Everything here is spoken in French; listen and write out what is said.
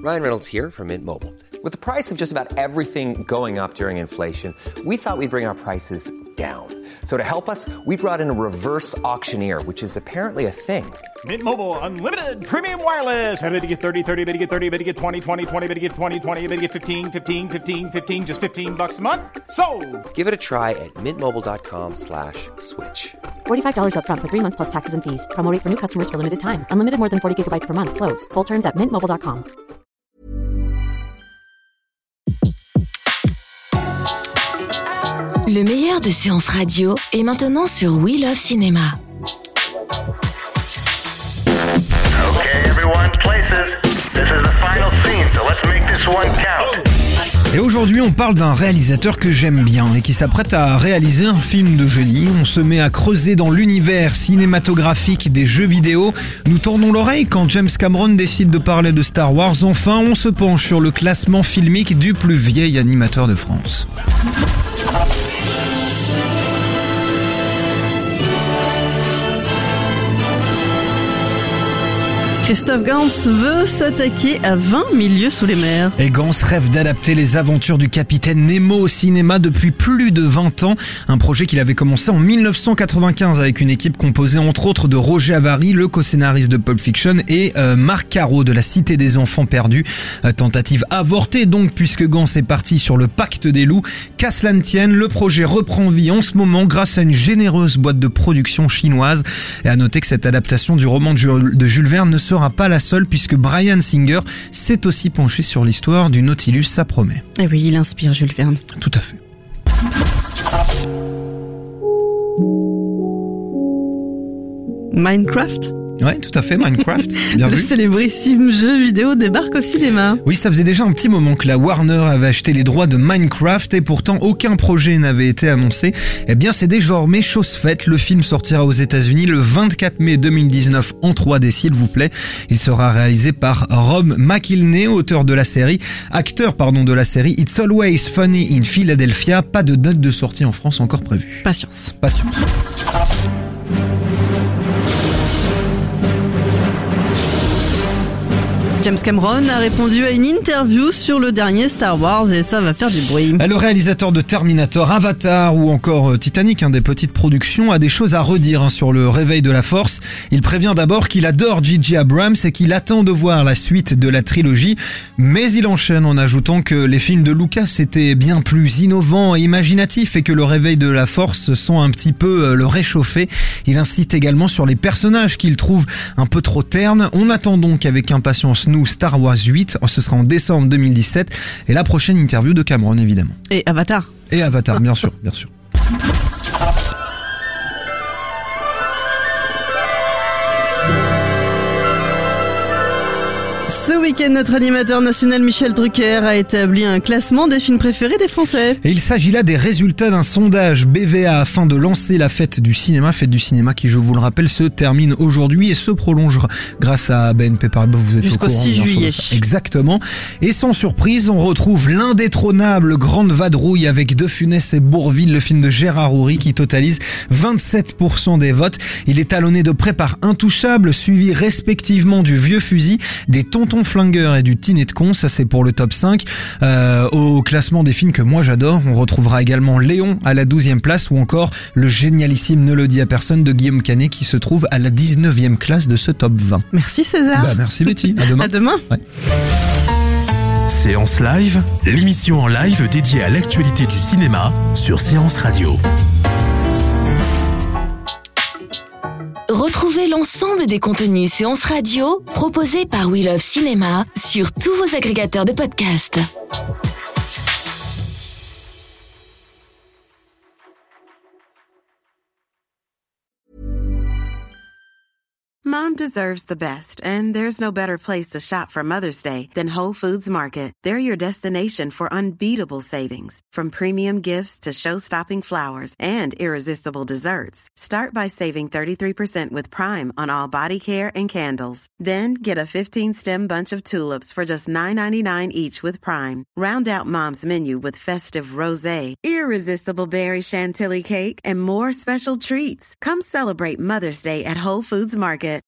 Ryan Reynolds here from Mint Mobile. With the price of just about everything going up during inflation, we thought we'd bring our prices down. So to help us, we brought in a reverse auctioneer, which is apparently a thing. Mint Mobile Unlimited Premium Wireless. How to get 30, 30, bit to get 30, bit to get 20, 20, 20, bit to get 20, 20, bit to get 15, 15, 15, 15, just $15 a month? Sold! Give it a try at mintmobile.com/switch. $45 up front for 3 months plus taxes and fees. Promo rate for new customers for limited time. Unlimited more than 40 gigabytes per month. Slows full terms at mintmobile.com. Le meilleur de séances radio est maintenant sur We Love Cinéma. Okay, everyone, places. This is the final scene, so let's make this one count. Et aujourd'hui, on parle d'un réalisateur que j'aime bien et qui s'apprête à réaliser un film de génie. On se met à creuser dans l'univers cinématographique des jeux vidéo. Nous tendons l'oreille quand James Cameron décide de parler de Star Wars. Enfin, on se penche sur le classement filmique du plus vieil animateur de France. Christophe Gans veut s'attaquer à 20 milieux sous les mers. Et Gans rêve d'adapter les aventures du capitaine Nemo au cinéma depuis plus de 20 ans. Un projet qu'il avait commencé en 1995 avec une équipe composée entre autres de Roger Avary, le co-scénariste de Pulp Fiction, et Marc Caro de La Cité des Enfants Perdus. Tentative avortée donc, puisque Gans est parti sur le pacte des loups. Qu'à cela ne tienne, le projet reprend vie en ce moment grâce à une généreuse boîte de production chinoise. Et à noter que cette adaptation du roman de Jules Verne ne sera pas la seule, puisque Bryan Singer s'est aussi penché sur l'histoire du Nautilus, ça promet. Et oui, il inspire Jules Verne. Tout à fait. Minecraft ? Ouais, tout à fait, Minecraft. Bien Le vu. célébrissime jeu vidéo débarque au cinéma. Oui, ça faisait déjà un petit moment que la Warner avait acheté les droits de Minecraft et pourtant aucun projet n'avait été annoncé. Eh bien, c'est désormais chose faite. Le film sortira aux États-Unis le 24 mai 2019 en 3D, s'il vous plaît. Il sera réalisé par Rob McElhenney, acteur de la série It's Always Funny in Philadelphia. Pas de date de sortie en France encore prévue. Patience. James Cameron a répondu à une interview sur le dernier Star Wars et ça va faire du bruit. Le réalisateur de Terminator, Avatar ou encore Titanic, des petites productions, a des choses à redire sur le réveil de la Force. Il prévient d'abord qu'il adore J.J. Abrams et qu'il attend de voir la suite de la trilogie, mais il enchaîne en ajoutant que les films de Lucas étaient bien plus innovants et imaginatifs et que le réveil de la Force sent un petit peu le réchauffer. Il insiste également sur les personnages qu'il trouve un peu trop ternes. On attend donc avec impatience Star Wars 8, ce sera en décembre 2017 et la prochaine interview de Cameron évidemment. Et Avatar, bien sûr. Ce week-end, notre animateur national Michel Drucker a établi un classement des films préférés des Français. Et il s'agit là des résultats d'un sondage BVA afin de lancer la fête du cinéma qui, je vous le rappelle, se termine aujourd'hui et se prolongera grâce à BNP Paribas. Vous êtes jusqu'au au courant, 6 juillet. Exactement. Et sans surprise, on retrouve l'indétrônable Grande Vadrouille avec De Funès et Bourvil, le film de Gérard Houry qui totalise 27% des votes. Il est talonné de près par Intouchable, suivi respectivement du Vieux Fusil, des Tonton Flingueur et du Dîner de Con, ça c'est pour le top 5. Au classement des films que moi j'adore, on retrouvera également Léon à la 12e place ou encore le génialissime Ne le dit à personne de Guillaume Canet qui se trouve à la 19e classe de ce top 20. Merci César. Merci Betty, à demain. À demain. Ouais. Séance Live, l'émission en live dédiée à l'actualité du cinéma sur Séance Radio. Retrouvez l'ensemble des contenus séances radio proposés par We Love Cinéma sur tous vos agrégateurs de podcasts. Mom deserves the best, and there's no better place to shop for Mother's Day than Whole Foods Market. They're your destination for unbeatable savings, from premium gifts to show-stopping flowers and irresistible desserts. Start by saving 33% with Prime on all body care and candles. Then get a 15-stem bunch of tulips for just $9.99 each with Prime. Round out Mom's menu with festive rosé, irresistible berry chantilly cake, and more special treats. Come celebrate Mother's Day at Whole Foods Market.